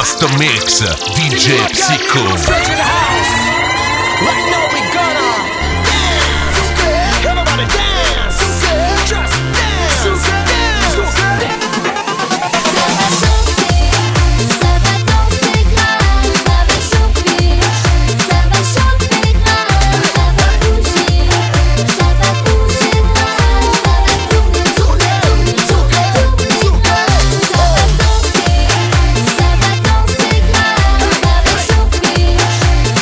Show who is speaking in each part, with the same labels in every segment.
Speaker 1: Master Mix, DJ Psycho.
Speaker 2: Right now we gonna dance. Everybody dance. Just dance.
Speaker 3: Ça va danser grave, ça va chauffer, ça va chauffer grave, ça va bouger grave, ça va tourner grave, ça va danser grave, ça va chauffer, ça va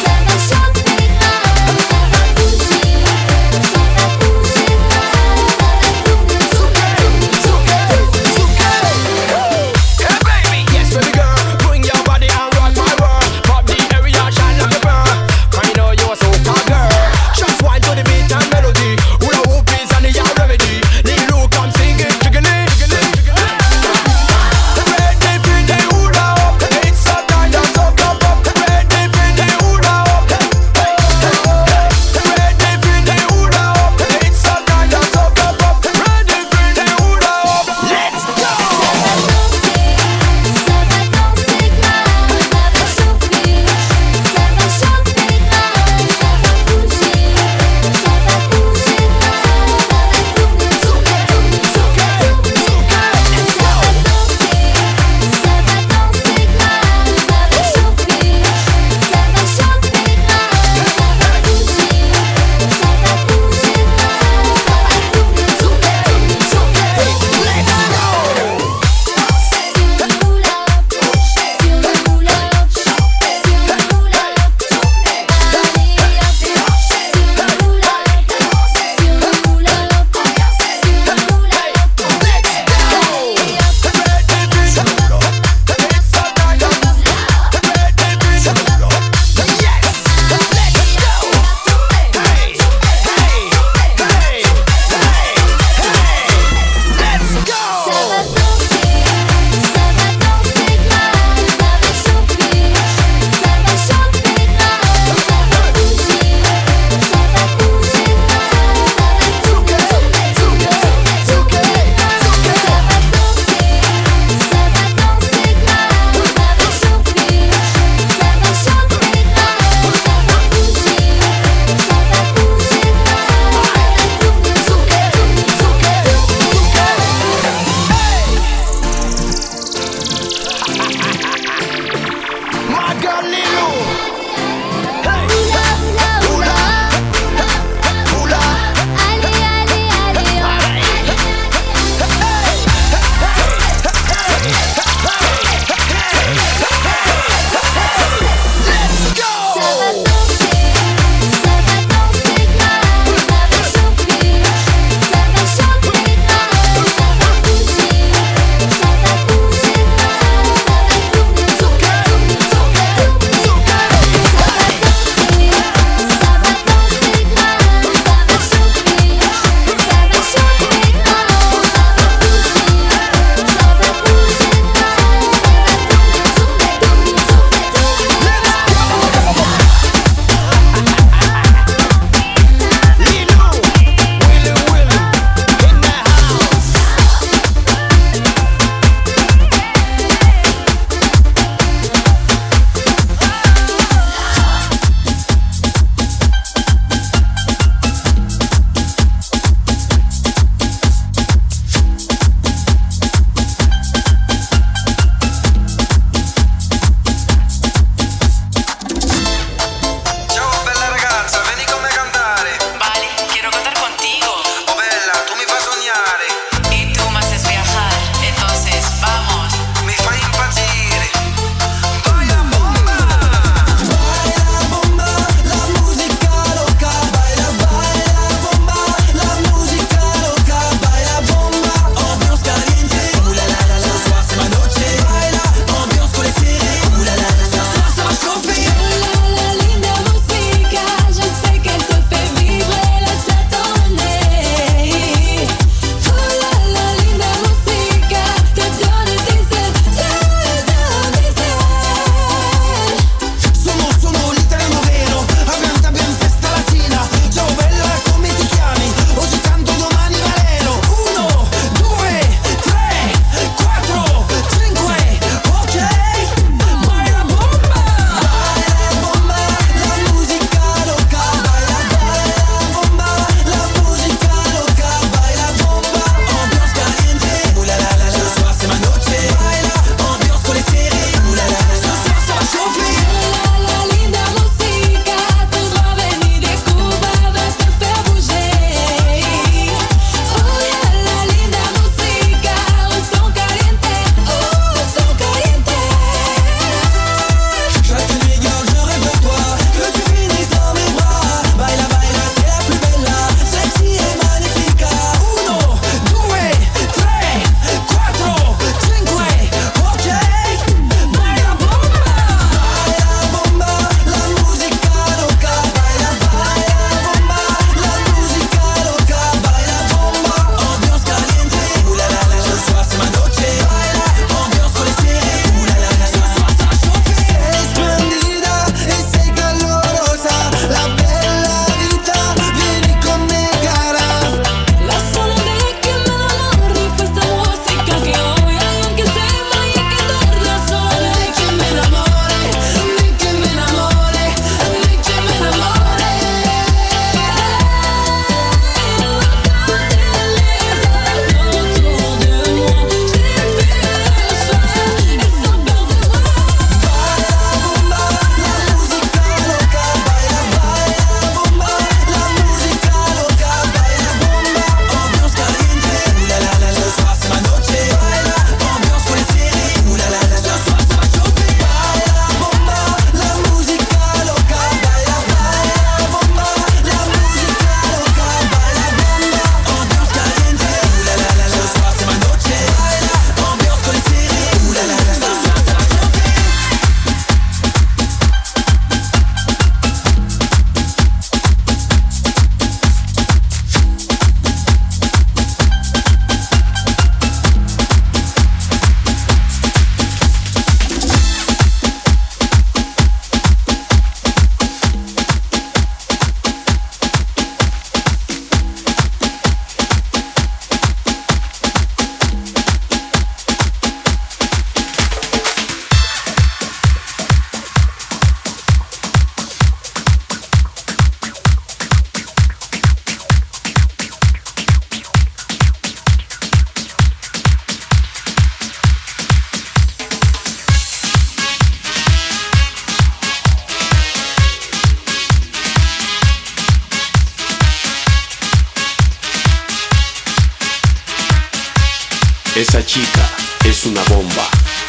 Speaker 4: Esa chica es una bomba.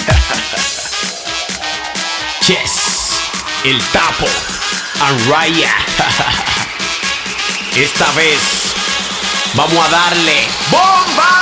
Speaker 4: Yes, el Tapo and Raya. Esta vez vamos a darle bomba.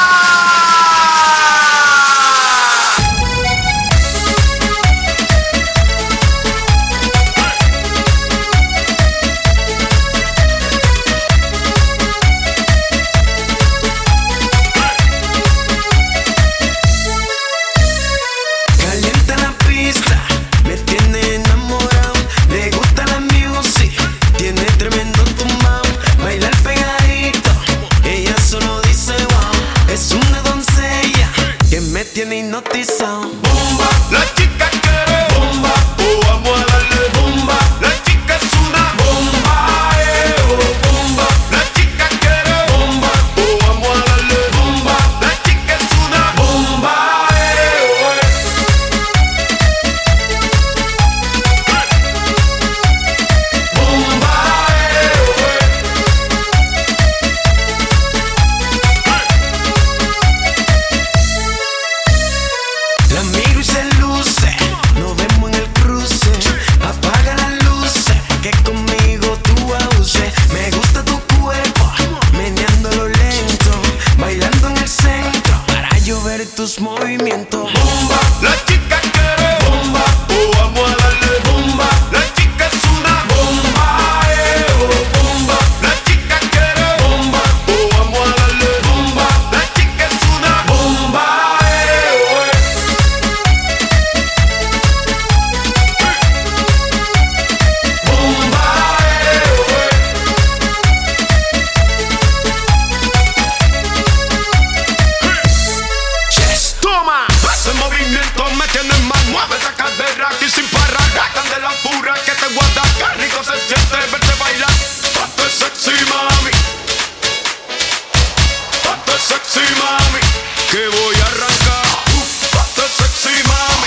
Speaker 2: Tiene hipnotizado. Bomba, la chica quiere bomba. Oh, vamos a darle bomba. La chica es una bomba, oh, bomba. La chica quiere bomba. Oh, vamos a darle bomba. La chica es una bomba, bomba, La miro y se luce, nos vemos en el cruce. Apaga las luces, que conmigo tú abuses. Me gusta tu cuerpo, meneándolo lento. Bailando en el centro, para yo ver tus movimientos. Bomba, la chica quiere bomba. Oh, vamos a darle bomba. La chica es una bomba, oh, bomba. La chica quiere bomba. Oh, vamos a darle bomba. La chica es una bomba, Hace movimiento, me tienes mal. Mueve esa cadera aquí sin parar. Racan de la pura que te guarda. Qué rico se siente verte bailar. Ponte sexy, mami. Ponte sexy, mami. Que voy a arrancar. Ponte sexy, mami.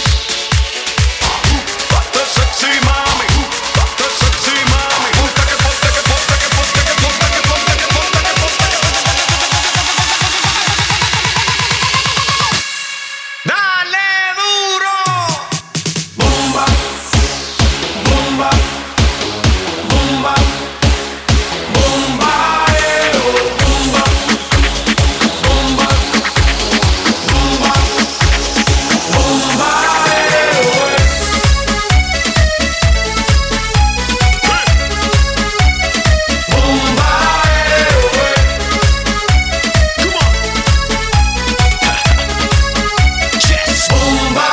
Speaker 2: Ponte sexy, mami. Ponte sexy, mami. Ponte que ponte que ponte que ponte que ponte que ponte que ponte que ponte que dale duro. Bomba, bomba, bomba, bomba, oh, bomba, bomba, bomba, bomba, bomba, come on. Yes, bomba,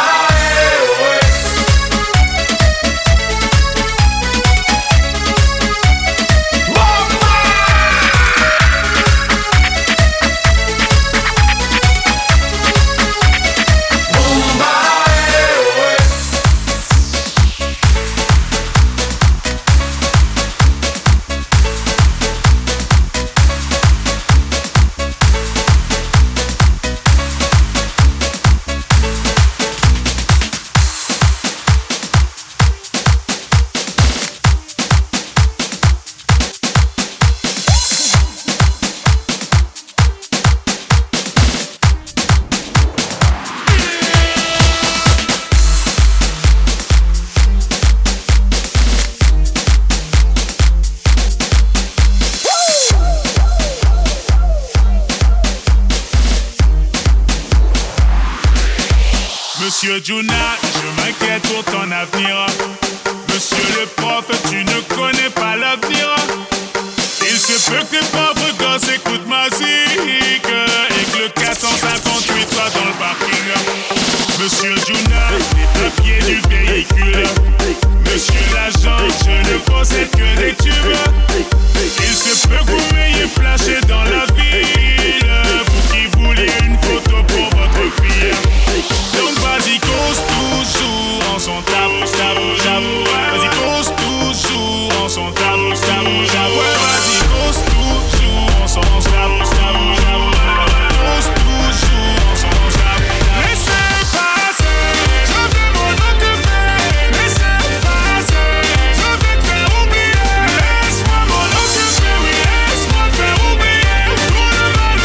Speaker 5: Monsieur Juna, je m'inquiète pour ton avenir. Monsieur le prof, tu ne connais pas l'avenir. Il se peut que tes propres gosses écoutent ma musique et que le 458 soit dans le parking. Monsieur Juna, les papiers du véhicule. Monsieur l'agent, je ne possède que des tubes. Il se peut que vous m'ayez flashé dans la ville, vous qui vouliez une photo pour votre fille. Donc vas-y, cause toujours en son tabou, tabou, tabou. Vas-y, cause toujours en son tabou, tabou, tabou. Vas-y, cause toujours en son tabou, tabou, tabou. Cause toujours en son tabou. Laissez passer, je vais m'en occuper. Laissez passer, je vais te faire oublier. Laisse-moi m'en occuper, oui, laisse-moi te faire oublier. Tout le mal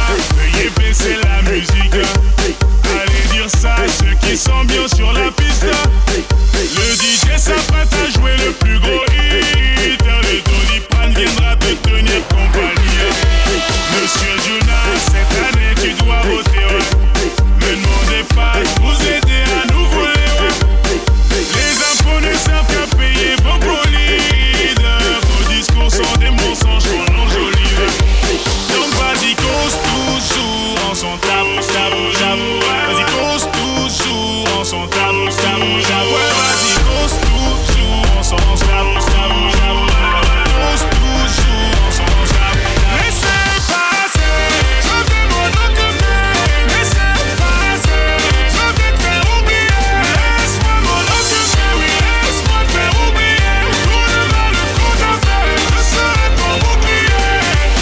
Speaker 5: veuillez baisser la musique. Allez dire ça à ceux qui sont bien sur la piste. Le DJ s'apprête à jouer le plus gros hit. Le Doliprane viendra te tenir compagnie. Monsieur Jonas, cette année tu dois voter. Me demandez pas de vous aider à nous voler. Les impôts ne servent qu'à payer vos bolides. Vos discours sont des mensonges qu'on enjolive. Donc vas-y, cause toujours en son tabou, tabou, tabou. Vas-y, cause toujours en son tabou, tabou, tabou. Ouais, vas-y, cause toujours en son tabou, tabou, tabou. Cause toujours en son tabou. Laissez passer, je vais m'en occuper. Laissez passer, je vais te faire oublier. Laisse-moi m'en occuper, oui, laisse-moi te faire oublier. Tout le mal qu'on t'a fait, je serai ton bouclier.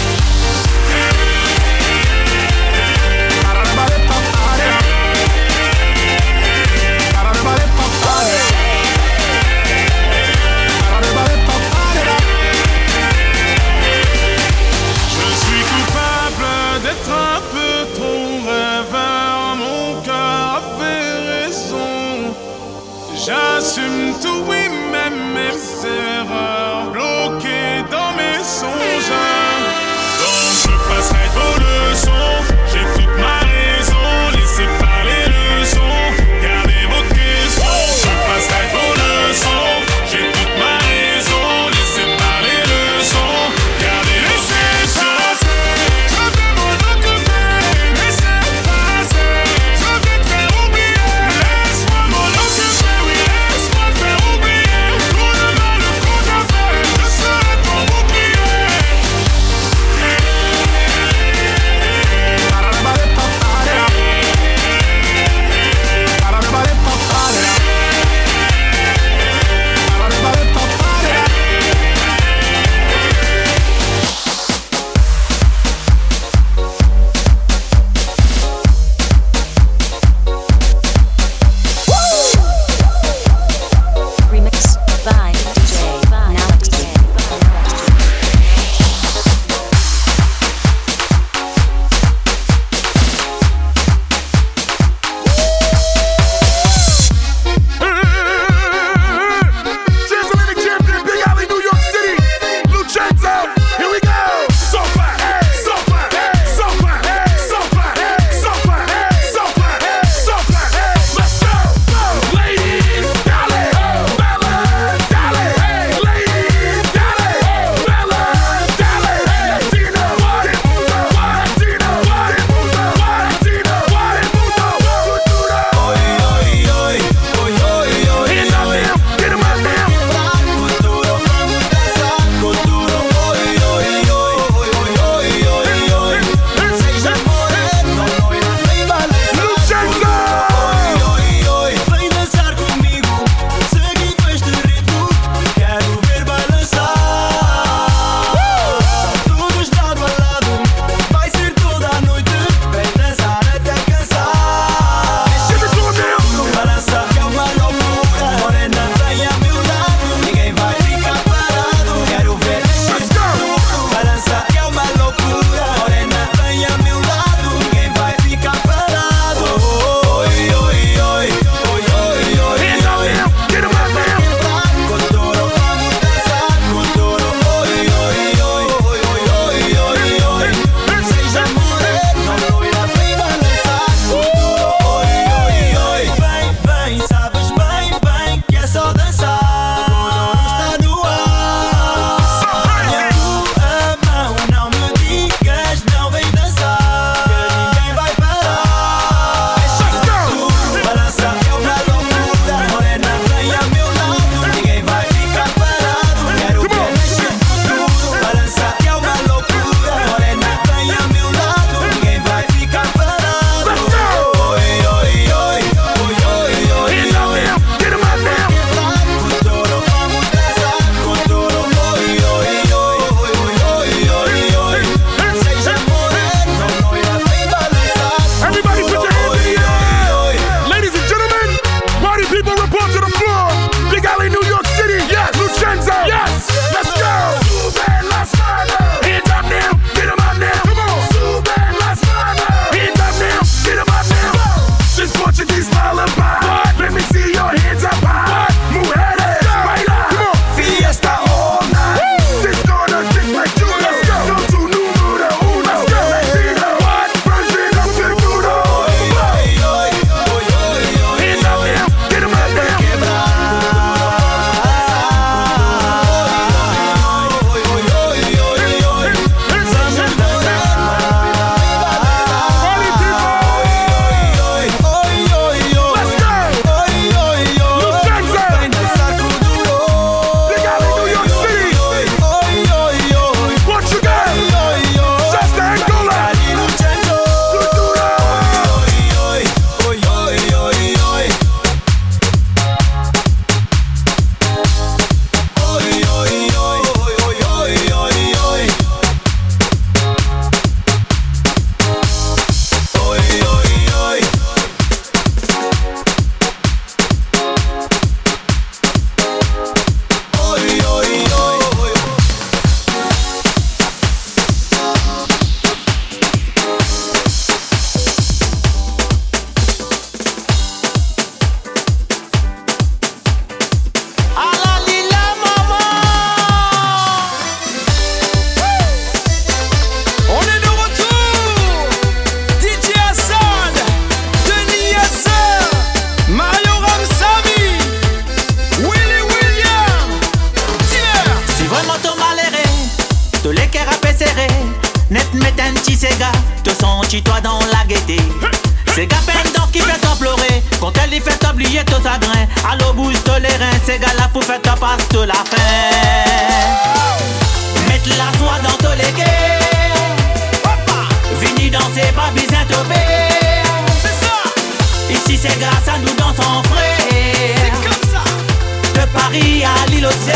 Speaker 5: Je suis coupable d'être un peu trop rêveur. Mon cœur avait raison. J'assume tout, oui, même mes erreurs. Bloqué dans mes songes. Donc je passerai vos leçons. J'ai toute ma raison. Laissez parler le son. Gardez vos questions. Je passerai vos leçons. J'ai toute ma raison. Laissez parler le son. Gardez vos questions. Je vais m'en occuper. Laissez passer. Je vais te faire oublier. Laisse-moi m'en occuper. Oui, laisse-moi te faire oublier. Tout le mal qu'on t'a fait, je serai ton bouclier.
Speaker 6: Chie-toi dans la gaieté. C'est Gapen dans qui fait pleurer. Quand elle y fait oublier tout chagrin. Allô bouge les reins. C'est gars là pour faire ta passe toute la fin. Mettre la soie dans tous les quais. Vini danser pas besoin de topper. C'est ça. Ici c'est grâce à nous dans son frais. C'est comme ça. De Paris à l'île aux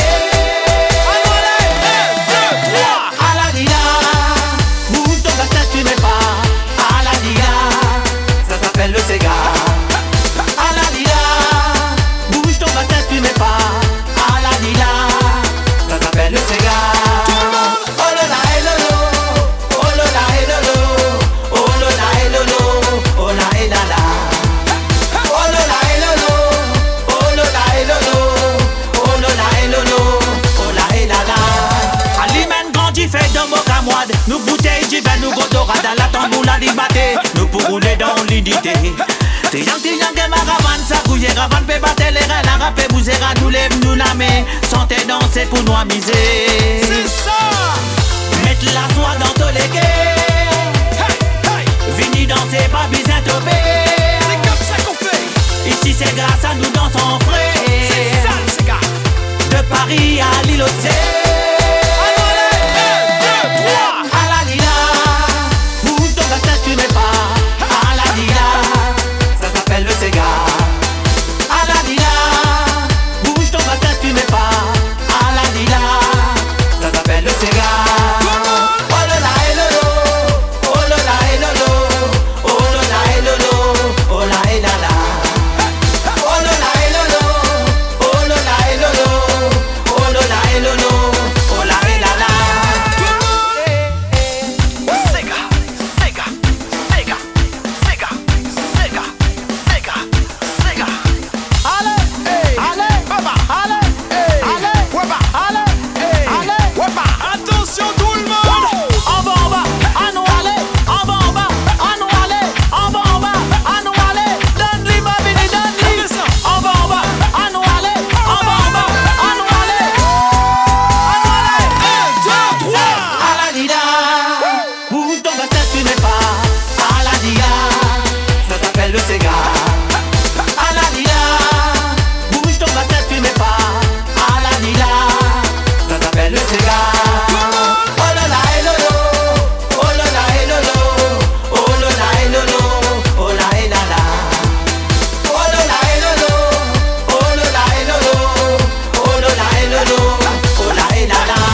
Speaker 2: le Sega. À la lila, bouge ton bassin si tu mets pas. À la lila, ça s'appelle le Sega. Oh là là, et lolo, oh là là, et lolo, oh là là, et lolo, oh là et là là. Oh là là, et lolo, oh là là, et lolo, oh là là, et lolo, oh là et là là.
Speaker 6: Alimen grandi fait de mocamouade. Nous bouteilles d'hiver, nous godorades à la tambour la libaté. Nous pour rouler dans l'unité. Tiang que maravan, ça gouille, ravan, peut battre les reins, la rap et bousera, nous lève, nous la met. Santé danser pour nous amuser.
Speaker 2: C'est ça.
Speaker 6: Mettre la soie dans tous les quais. Vini danser, pas besoin de topper.
Speaker 2: C'est comme ça qu'on fait.
Speaker 6: Ici c'est grâce à nous dans son frais.
Speaker 2: C'est ça, c'est gars.
Speaker 6: De Paris à l'île aux
Speaker 2: le Sega. À la lila, bouge ton bassin si tu mets pas. À la lila, ça s'appelle le Sega. Oh là là et lolo, oh là là et lolo, oh là là et lolo, oh là et là là. Oh là là et lolo, oh là là et lolo, oh là là et lolo, oh là et là là. Sega, Sega, Sega, Sega, Sega.
Speaker 6: Attention tout le monde. En bas, à nous aller. En bas, à nous aller. En bas, à nous aller. Donne-lui ma béni, donne-lui. En bas, à nous aller. En bas, à nous aller. À nous aller. 1, 2, 3.
Speaker 2: À la lila, bouge ton bassin si tu mets pas. À la lila, ça s'appelle le Sega. À la lila, bouge ton bassin si tu mets pas. À la lila, ça s'appelle le Sega. Oh là là et lolo, oh là là et lolo, oh là là et lolo, oh là et là là. Oh là là et lolo, oh là là et lolo, oh là là et lolo, oh là et là là.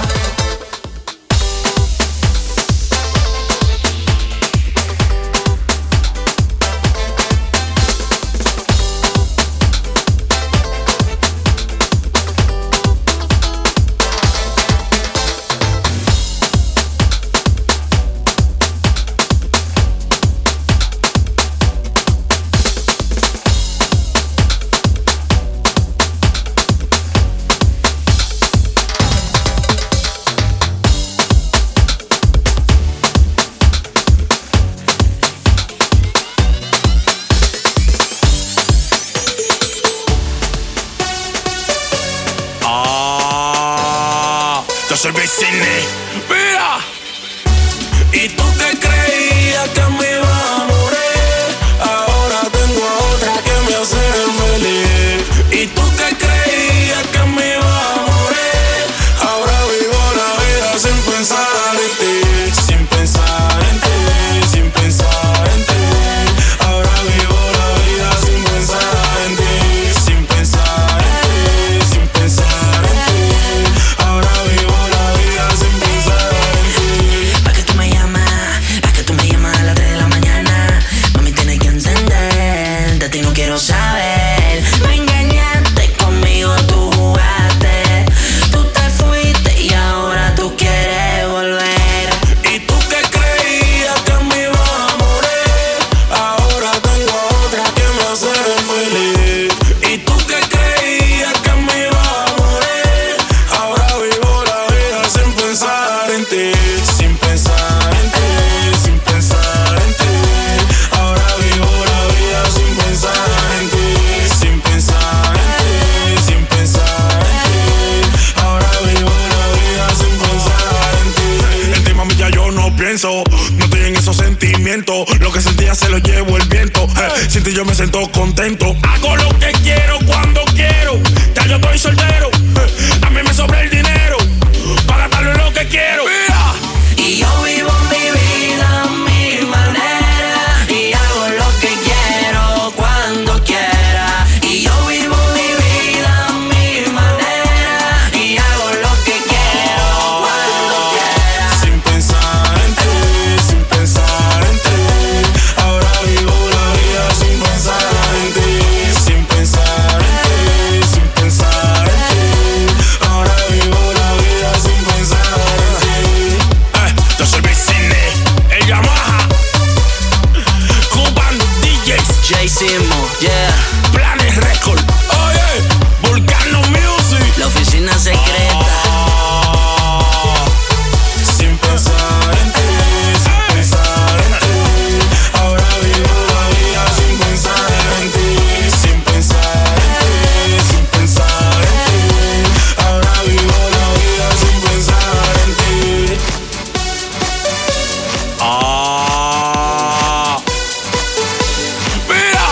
Speaker 5: Yo soy Vicini, mira. Y tú te creías que me iba a morir. Ahora tengo a otra que me hace feliz. Y tú que creías que me iba a morir. Ahora vivo la vida sin pensar en ti. Sin pensar en ti, sin pensar en ti. Ahora vivo la vida sin pensar en ti. Sin pensar en ti, sin pensar en ti. Ahora vivo la vida sin pensar en ti.
Speaker 7: días se lo llevo el viento. Sin ti yo me siento contento. Hago lo que quiero cuando quiero. Ya yo estoy soltero. A mí me sobra el dinero para gastarlo en lo que quiero.
Speaker 2: Y yo vivo mi vida a mi manera y hago lo que quiero cuando quiera. Y yo vivo mi vida a mi manera y hago lo que quiero cuando quiera.
Speaker 7: Sin pensar en ti, sin pensar en ti. Ahora vivo la vida sin pensar en ti. Sin pensar en ti, sin pensar en ti. Ahora vivo la vida sin pensar en ti. Yo soy Vicine, el Yamaha, Cuban DJs,
Speaker 2: Jay Simo, yeah.
Speaker 7: Planes Record, oye, Volcano Music.
Speaker 2: La oficina secreta.
Speaker 7: Sin pensar en ti, sin pensar en ti. Ahora vivo la vida sin pensar en ti. Sin pensar en ti, sin pensar en ti. Ahora vivo la vida sin pensar en ti. Mira.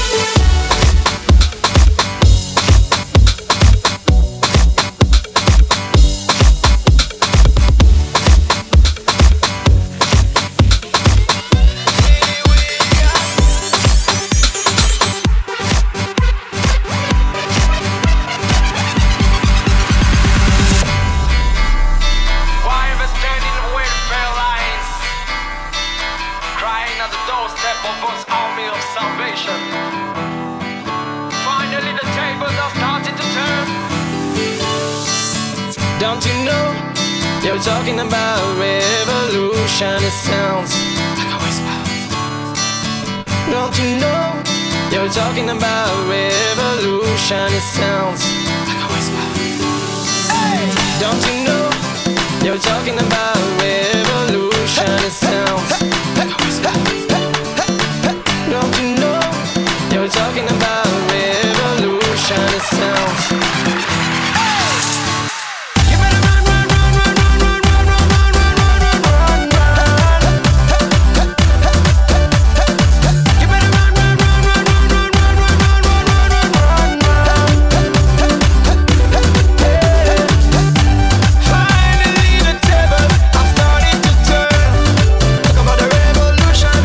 Speaker 8: Why ever standing with fair lines, crying at the doorstep of God's army of salvation? Finally the tables are starting to turn. Don't you know, you're talking about revolution, it sounds like a whisper. Don't you know, you're talking about revolution, it sounds like a whisper. Don't you know, you're talking about revolution, it sounds like a whisper. Don't you know, you're talking about revolution, it sounds. You better run, run, run, run, run, run, run, run, run, run, run, run. You better run, run, run, run, run, run, run, run, run, run. Finally the tables are starting to turn. Talk about the revolution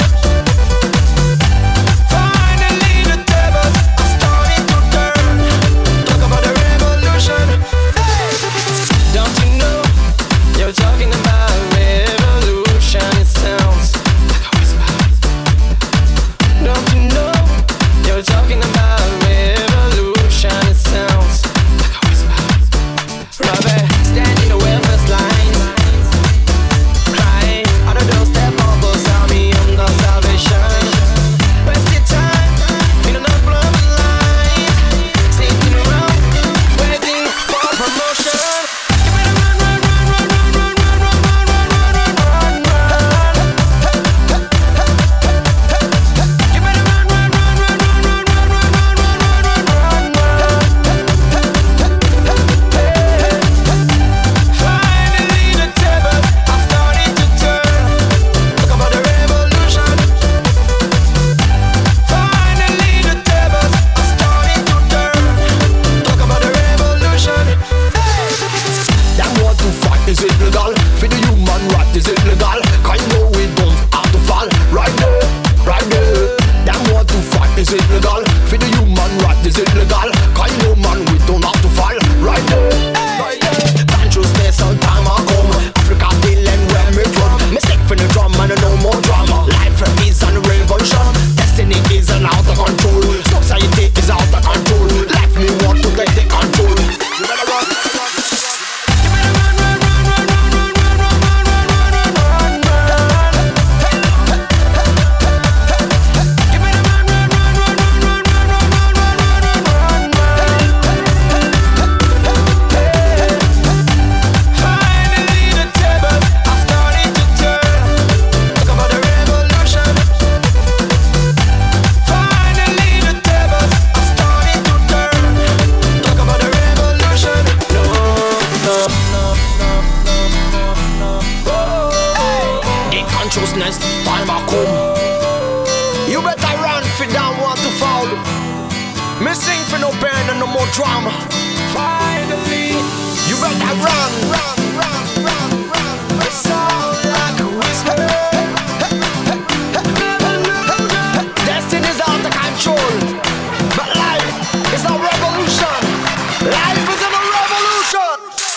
Speaker 6: better run for down one to fall. Me sing for no pain and no more drama. Finally, you better run. It sound like a whisper. Destiny's out of control, but life is a revolution. Life is in a revolution.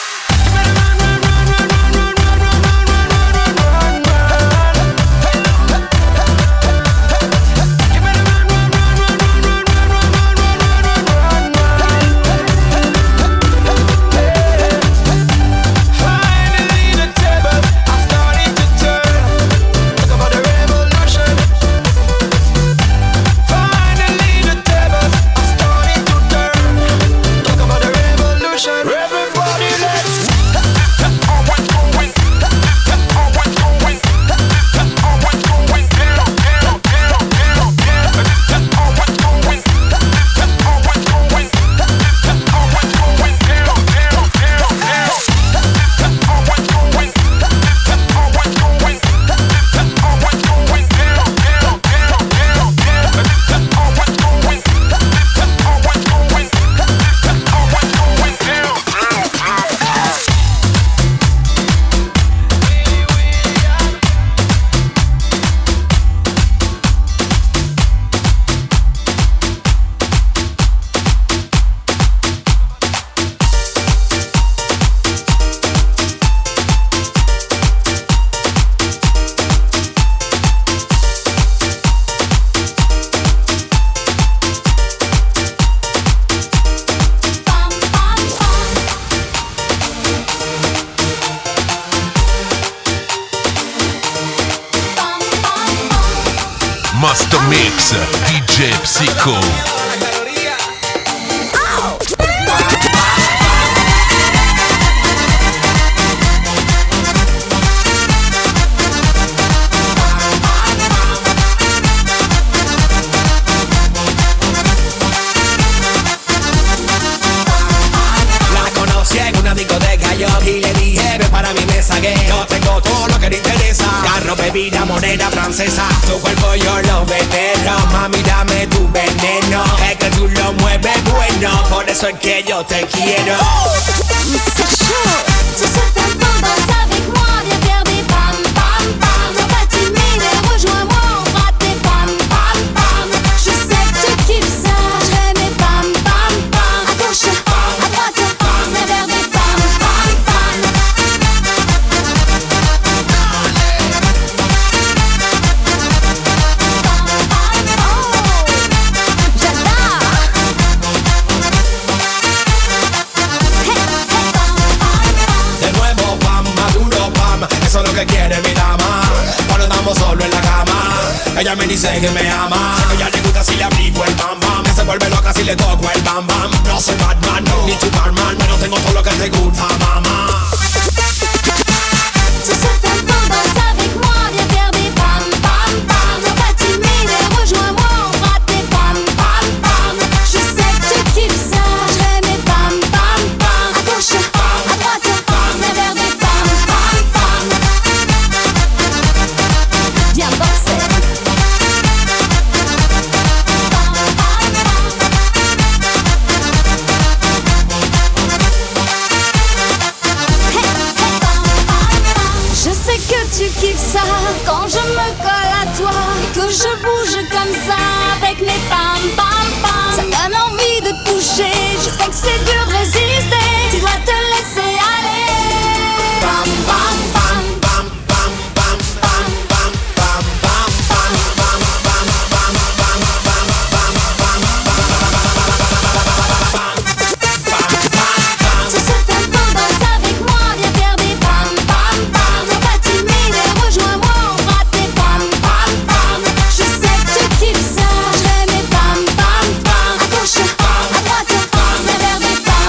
Speaker 1: Master Mix DJ Psycho.
Speaker 9: Bebida morena francesa, tu cuerpo yo lo veneno. Mami, dame tu veneno. Es que tú lo mueves bueno, por eso es que yo te quiero.
Speaker 3: C'est chaud, tu sautes un peu, danse avec moi, viens faire des pam pam pam. Sois pas timide et rejoins-moi, on fera des pam pam pam. Je sais que tu kiffes ça, je fais mes pam pam pam. À gauche, à droite, viens faire des pam pam pam.
Speaker 9: Eso es lo que quiere mi dama. Cuando estamos solo en la cama, ella me dice que me ama. Sé que ella le gusta si le aplico el bam bam. Que se vuelve loca si le toco el bam bam. No soy Batman, no, ni tu barman, pero tengo todo lo que te gusta, mamá.
Speaker 3: Tu sautes un peu, danse avec moi, viens faire des pam pam pam. Sois pas timide et rejoins-moi, on fera des pam pam pam. Je sais que tu kiffes ça, je fais mes pam pam pam. À gauche, à droite, viens faire des pam pam pam. Viens danser. Je sais que tu kiffes ça quand je me colle à toi et que je bouge comme ça avec mes pam pam pam. Ça donne envie de toucher, je sais que c'est dur de résister. Tu dois te laisser aller. Pam pam pam pam pam pam pam pam pam pam pam pam pam pam pam pam. Tu sautes un peu, danse avec moi, viens faire des pam pam pam. Sois pas timide et rejoins-moi, on fera des pam pam pam. Je sais que tu kiffes ça, je fais mes pam pam pam. À gauche, à droite, viens faire des pam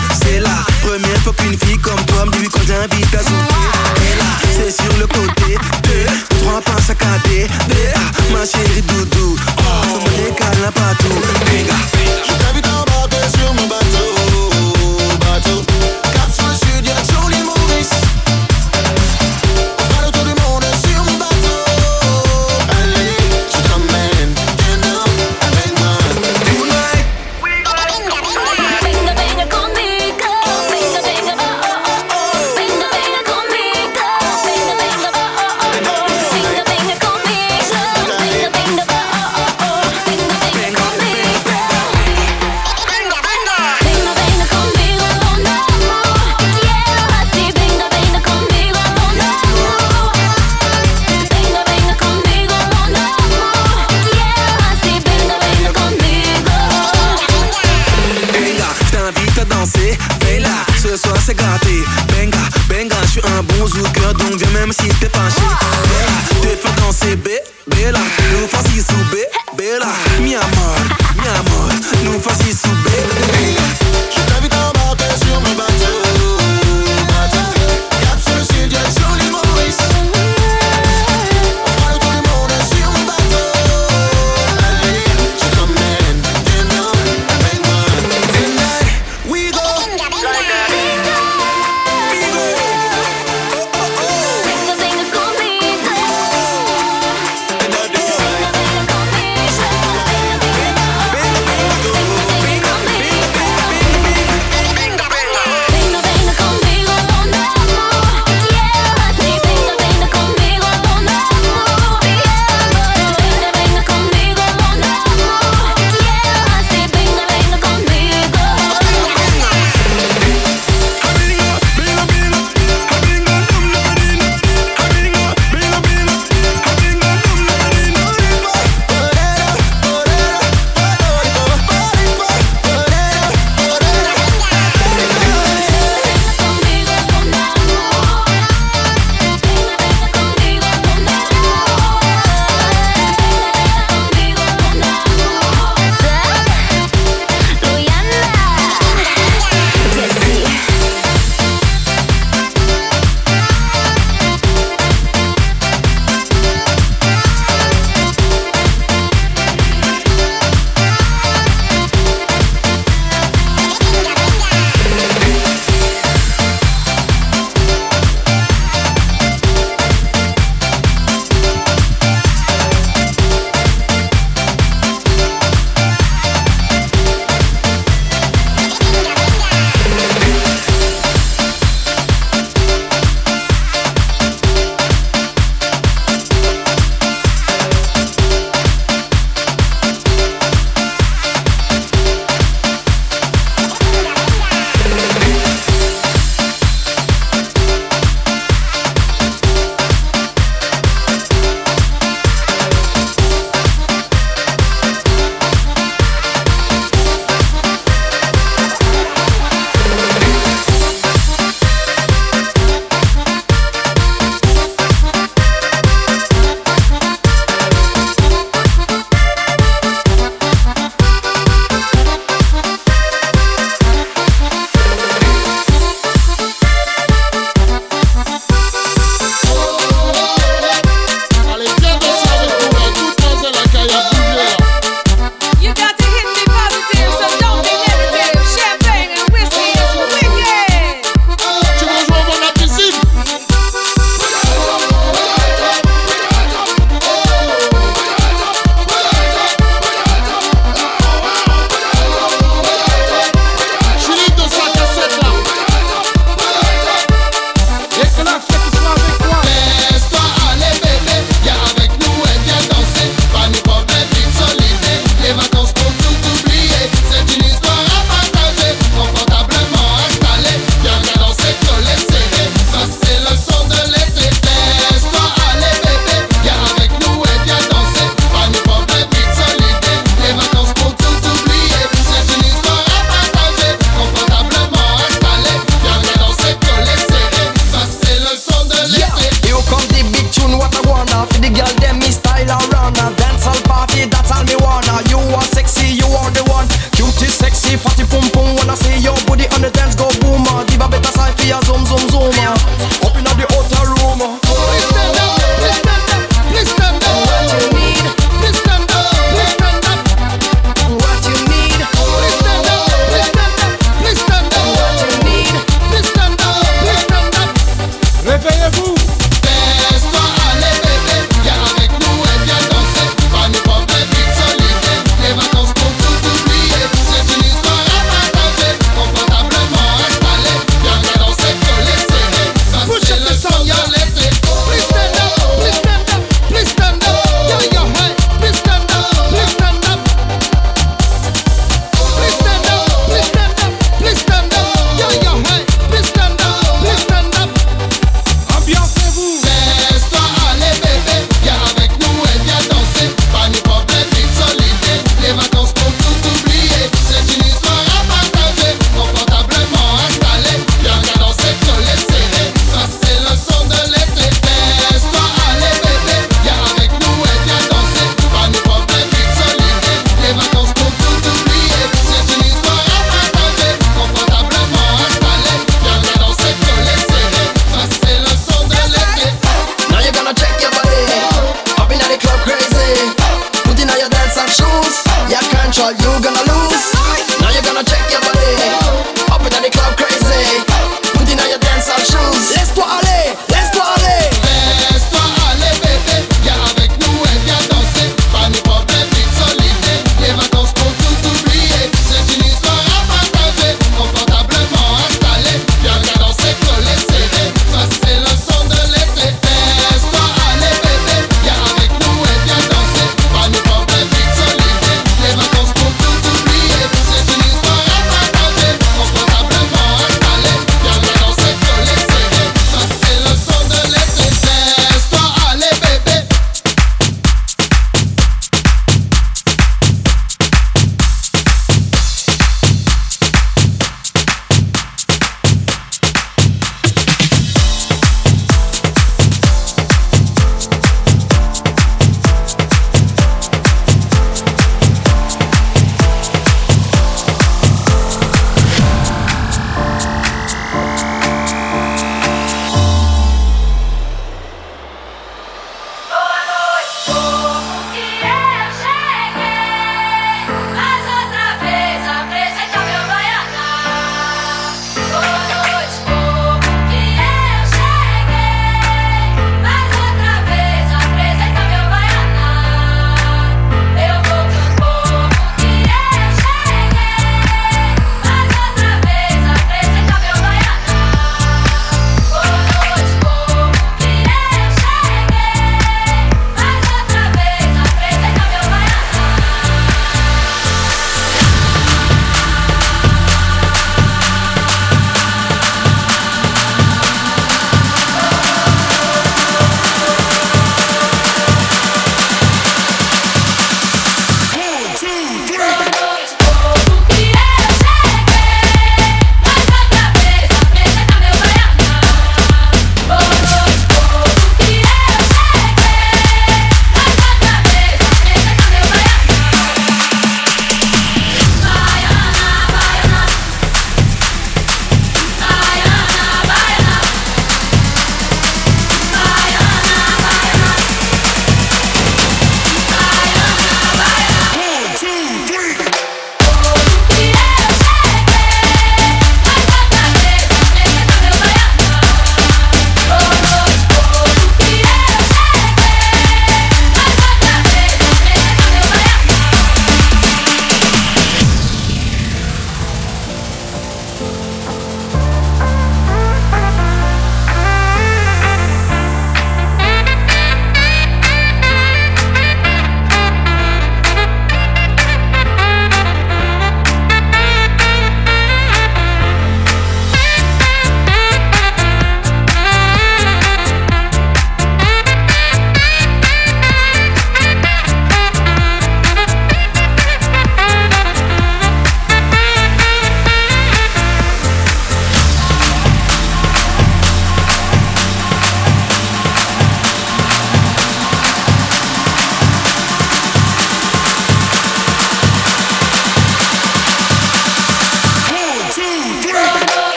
Speaker 10: c'est la première fois qu'une fille comme toi me dit quand j'invite à souper. Et là, c'est sur le côté, 2, 3 pas saccadés. Ma chérie doudou, oh, ça me décale un partout. Benga,
Speaker 11: je t'invite à embarquer sur mon bateau. Cap sur le sud, direction l'île Maurice. On fera le tour du monde sur mon bateau. Allez, je t'emmène, you know, avec moi.
Speaker 10: tonight.
Speaker 3: Venga, venga conmigo. Venga, venga, oh, oh, oh. Venga, venga conmigo. Venga, venga, oh, oh, oh. Venga, venga conmigo. Venga, venga, oh, oh, oh. Venga, venga conmigo. Venga, venga conmigo, mon amor. Yeah, así venga, venga conmigo, mon amor. Venga, venga conmigo, mon amor. Yeah, así venga, venga conmigo.
Speaker 10: Benga, je t'invite à danser. Bella, ce soir c'est gâté. Benga, benga, je suis un bon zouker, donc viens même si t'es fâché. Bella, te fais danser, Bella, nous faisons sous Bella, mi amor, nous faisons sous Bella.
Speaker 11: Je t'invite à embarquer sur mon bateau. Cap sur le sud, direction l'île Maurice. On fera le tour du monde sur mon bateau. Allez, je t'emmène, you know, avec moi.
Speaker 10: Tonight, we go.
Speaker 3: Venga, venga conmigo. Venga, venga conmigo.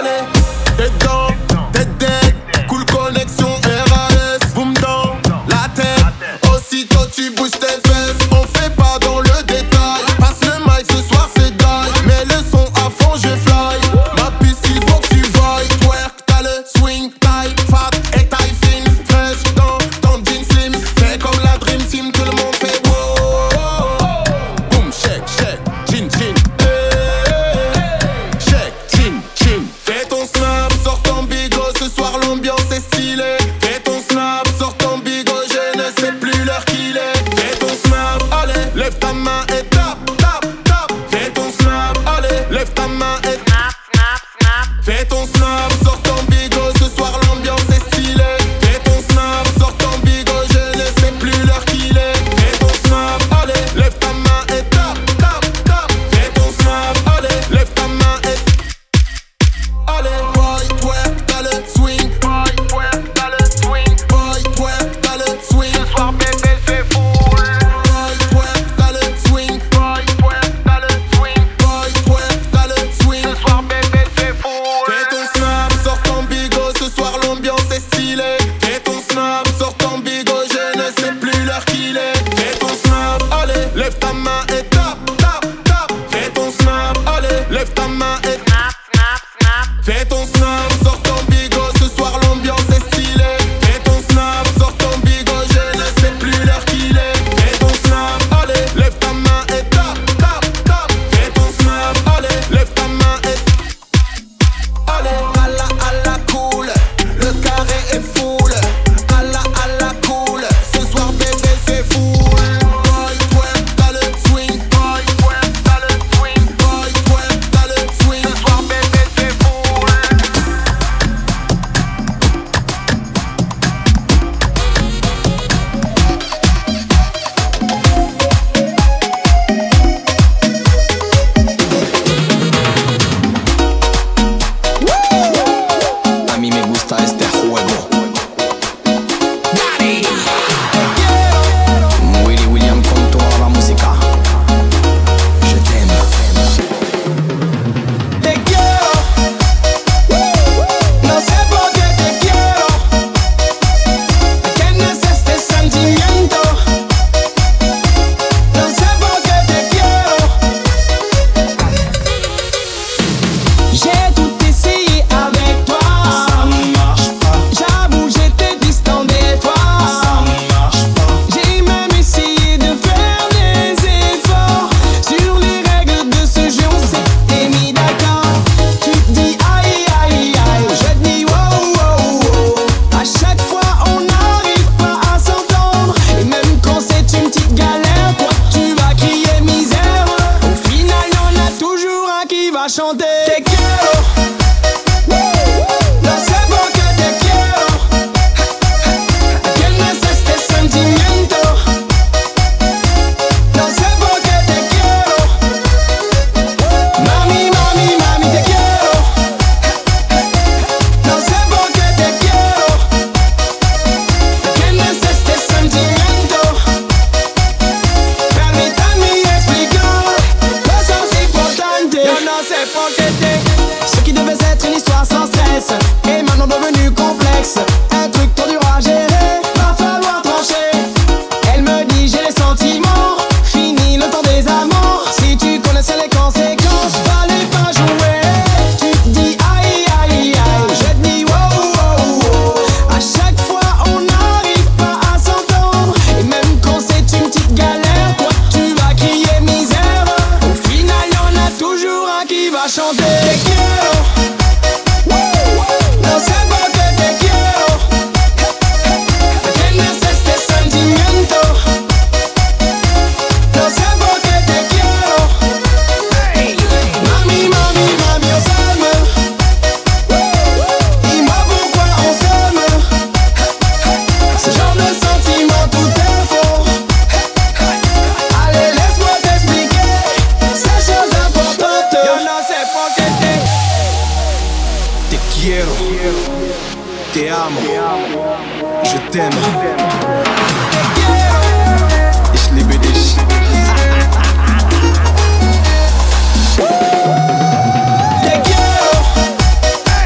Speaker 11: allez, t'es dedans, t'es dead. Cool connexion RAS, boum dans la tête. Aussitôt tu bouges tes fesses, on fait pas dans le détail. Passe le mic, ce soir c'est die. Mets le son à fond, je fly. Ma puce, il faut que tu vailles. Twerk, t'as le swing, taille, fat et taille fine. Fresh dans ton jean slim. Fais comme la dream team, tout le monde fait wow. Boom, shake, shake, chin, chin. Shake, chin, chin. Fais ton snap, sors ton bigot. Ce soir l'ambiance est stylée. Fais ton snap, sors ton bigot. Je ne sais plus l'heure qu'il est. Fais ton snap, allez, lève ta main et tape, tape, tape. Fais ton snap, allez, lève ta main et snap, snap, snap. Fais ton snap, sors ton bigot. Ce soir l'ambiance est stylée. Fais ton snap, sors ton bigot. Je ne sais plus l'heure qu'il est. Fais ton snap, allez, lève ta main et tape, tape, tape. Fais ton snap, allez, lève ta main et allez, boy, twerk, t'as le swing. Boy, twerk, t'as le swing. Boy, twerk, t'as le swing. Ce soir bébé c'est full. Boy, twerk, t'as le swing. Boy, twerk, t'as le swing. Boy, twerk, t'as le swing. Ce soir bébé c'est full. Fais ton snap, sors ton bigot. Ce soir l'ambiance est stylée. Fais ton snap, sors ton bigot. Je ne sais plus l'heure qu'il est. Fais ton snap, allez, lève ta main et tape, tape, tape. Fais ton snap, allez, lève ta main et snap, snap, snap. Fais ton snap, sors ton bigot. Ce soir l'ambiance est stylée. Fais ton snap, sors ton bigot. Je ne sais plus l'heure qu'il est. Fais ton snap, allez, lève ta main et tape, tape, tape. Fais ton snap, allez, lève ta main et allez, à la cool. Le carré est full. À la cool. Ce soir bébé c'est full. Boy, twerk, t'as le swing. Boy, twerk, t'as le swing. Boy, twerk, t'as le swing. Ce soir bébé c'est full.
Speaker 10: A mí me gusta este juego. Willy William con toda la música. Je t'aime.
Speaker 6: Te quiero, no sé por qué te quiero. ¿Quién es este sentimiento? No sé por qué te quiero. J'ai tout essayé avec toi. Ça marche pas. J'avoue j'étais distant des fois. Ça marche pas. J'ai même essayé de faire des efforts. Sur les règles de ce jeu on s'était mis d'accord. Tu te dis aïe aïe aïe, je te dis wow wow wow. À chaque fois on n'arrive pas à s'entendre. Et même quand c'est une petite galère, toi tu vas crier misère. Au final y'en a toujours un qui va chanter. Te quiero, no sé por qué te quiero. ¿Quién es este sentimiento? No sé por qué te quiero. Mami, mami, mami, te quiero. No sé por qué te quiero. ¿Quién es este sentimiento? Permítanme explicar cosas importantes. Yo no sé por qué te. Ce qui devait être une histoire sans stress est maintenant devenu complexe. Un truc trop dur à gérer, va falloir trancher. Elle me dit j'ai les sentiments, fini le temps des amants. Si tu connaissais les conséquences, fallait pas jouer. Tu te dis aïe aïe aïe, je te dis wow wow wow. À chaque fois on n'arrive pas à s'entendre. Et même quand c'est une petite galère, toi tu vas crier misère. Au final y'en a toujours un qui va chanter. Te quiero, no sé por qué te quiero. ¿Quién es este sentimiento? No sé por qué te quiero. Mami, mami, mami, on s'aime. Dis-moi pourquoi on s'aime. Ce genre de sentiment tout est faux. Allez, laisse-moi t'expliquer ces choses importantes. Yo no sé por qué
Speaker 10: Te quiero. Te amo. Je t'aime. Ich liebe dich.
Speaker 6: te quiero.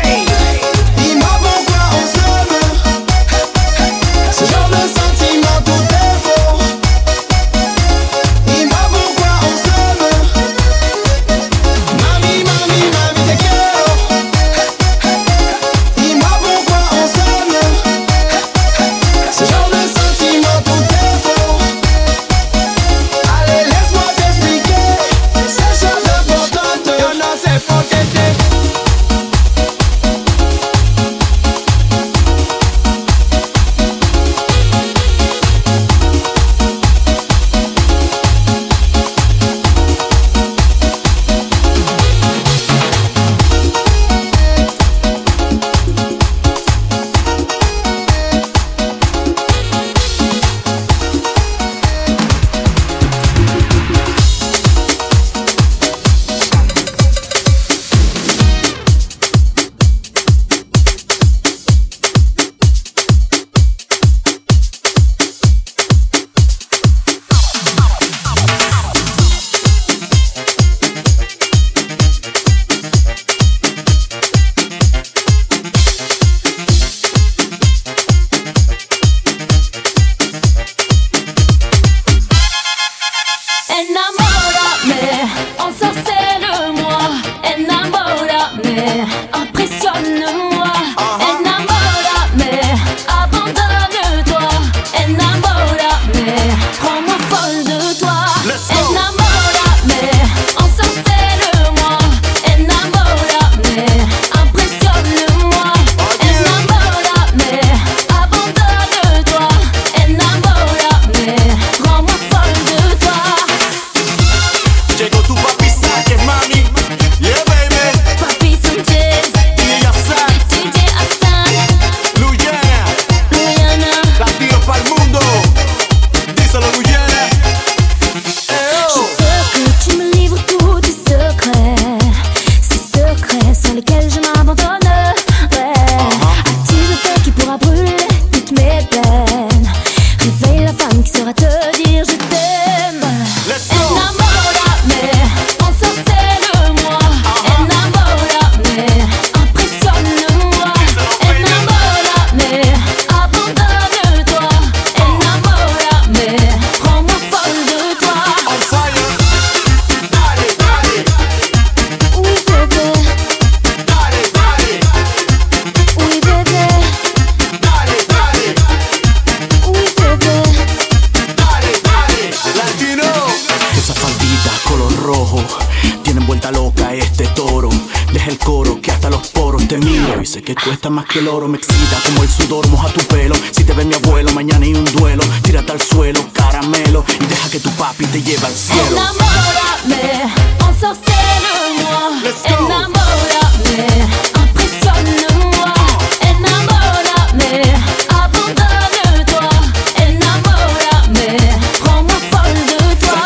Speaker 12: te miro y sé que cuesta más que el oro. Me excita como el sudor, moja tu pelo. Si te ve mi abuelo, mañana hay un duelo. Tírate al suelo, caramelo, y deja que tu papi te lleve al cielo.
Speaker 3: Enamórame, ensorcelle-moi. Enamórame, impressionne-moi. Enamórame, abandonne-toi. Enamórame, rends-moi folle de toi.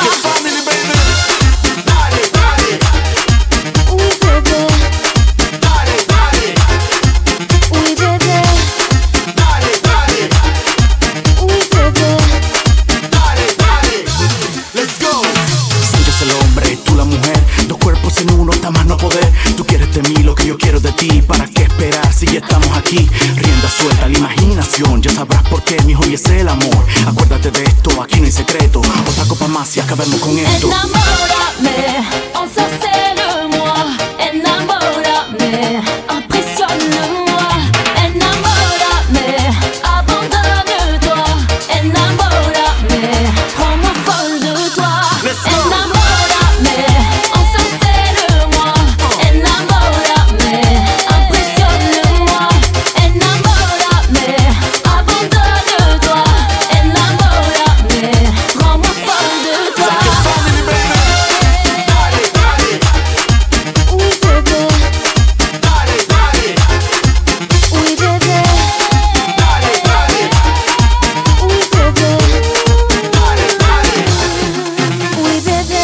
Speaker 3: Oui bébé, oui bébé, oui bébé.
Speaker 12: Let's go. Sánchez el hombre, tú la mujer. Dos cuerpos en uno, está más no poder. Tú quieres de mí lo que yo quiero de ti. ¿Para qué esperar si ya estamos aquí? Rienda suelta la imaginación. Ya sabrás por qué, mi hobby es el amor. Acuérdate de esto, aquí no hay secreto. Otra copa más y acabemos con esto.
Speaker 3: Enamórame, ensorcelle-moi. Enamórame, impressionne-moi. Enamórame, abandonne-toi. Enamórame, rends-moi folle de toi. Enamórame, ensorcelle-moi. Enamórame, impressionne-moi. Enamórame, abandonne-toi. Enamórame, rends-moi folle de toi. Oui bébé, oui bébé, oui bébé, oui bébé.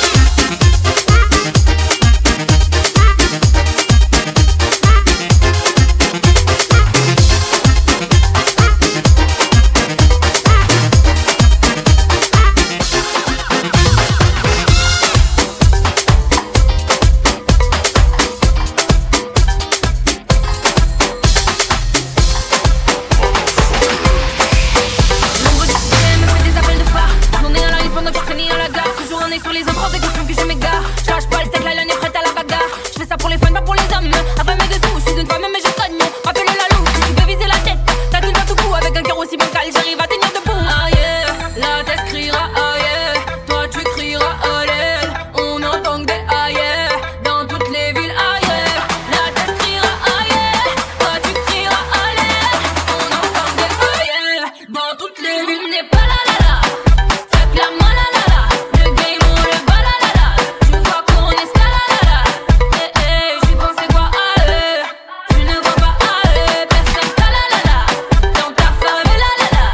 Speaker 13: Nombre de systèmes me fait des appels de phare. Journée à la rive pendant qu'il traîne à la gare. Toujours on est sur les empreintes des questions que je m'égare. Je lâche pas le steak, la laine est prête à la bagarre. Je fais ça pour les fans, pas pour les hommes. Après mes dessous, je suis une femme mais je cogne. Rappelle la loupe, si tu veux viser la tête. T'as tout pas tout coup avec un cœur aussi bancal. J'arrive à tenir debout. Ah yeah, la tête criera ah yeah. Toi tu crieras ah yeah. On entend que des ah yeah. Dans toutes les villes ah yeah. La tête criera ah yeah. Toi tu crieras ah yeah. On entend des ah yeah. Dans toutes les villes n'est pas la la la. Fais clairement la la la. Le game on le bat la la la. Tu vois qu'on escalade la la. Eh eh, j'y pensais quoi ah eh. Tu ne vois pas ah eh. Personne t'a la la la. Dans ta favela la la.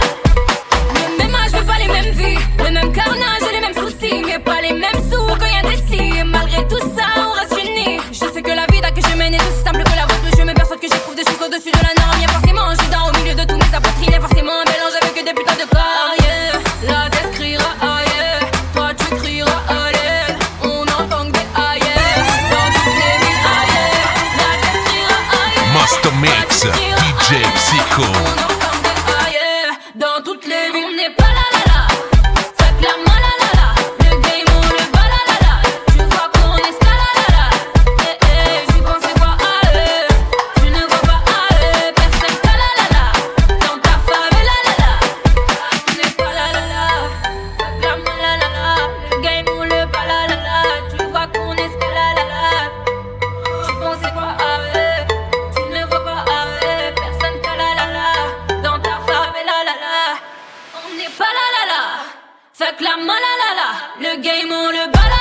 Speaker 13: Le même âge mais pas les mêmes vies. Le même carnage et les mêmes soucis. Mais pas les mêmes sous quand y'a des si. Et malgré tout ça on reste unis. Je sais que la vie que je mène est aussi simple que la vôtre. Je me perçois que j'éprouve des choses au-dessus de la norme. Y'a forcément je suis dans au milieu de tous mes apotrines. Et forcément un mélange avec des putains de corps. Ah yeah, la tête criera ah yeah. Toi tu crieras ah yeah. On entend que des ah yeah. Dans toutes les villes ah yeah. La tête criera ah yeah.
Speaker 1: Master Mix, DJ Psycho.
Speaker 13: Ah yeah. Dans toutes les villes n'est pas la la la. Fais clairement la la la. Le game on le bat la la la. Tu vois qu'on escalade la la. Eh eh, j'y pensais pas ah eh. Tu ne vois pas ah eh. Personne t'a la la la. Dans ta favela la la. N'est pas la la la. Fais clairement la la la. Le game on le bat la la la. Tu vois qu'on escalade la la. Tu pensais pas ah eh. Tu ne vois pas ah eh. Personne t'a la la la. Dans ta favela la la. On n'est pas la la la. Fais clairement la la la. Le game on le bat la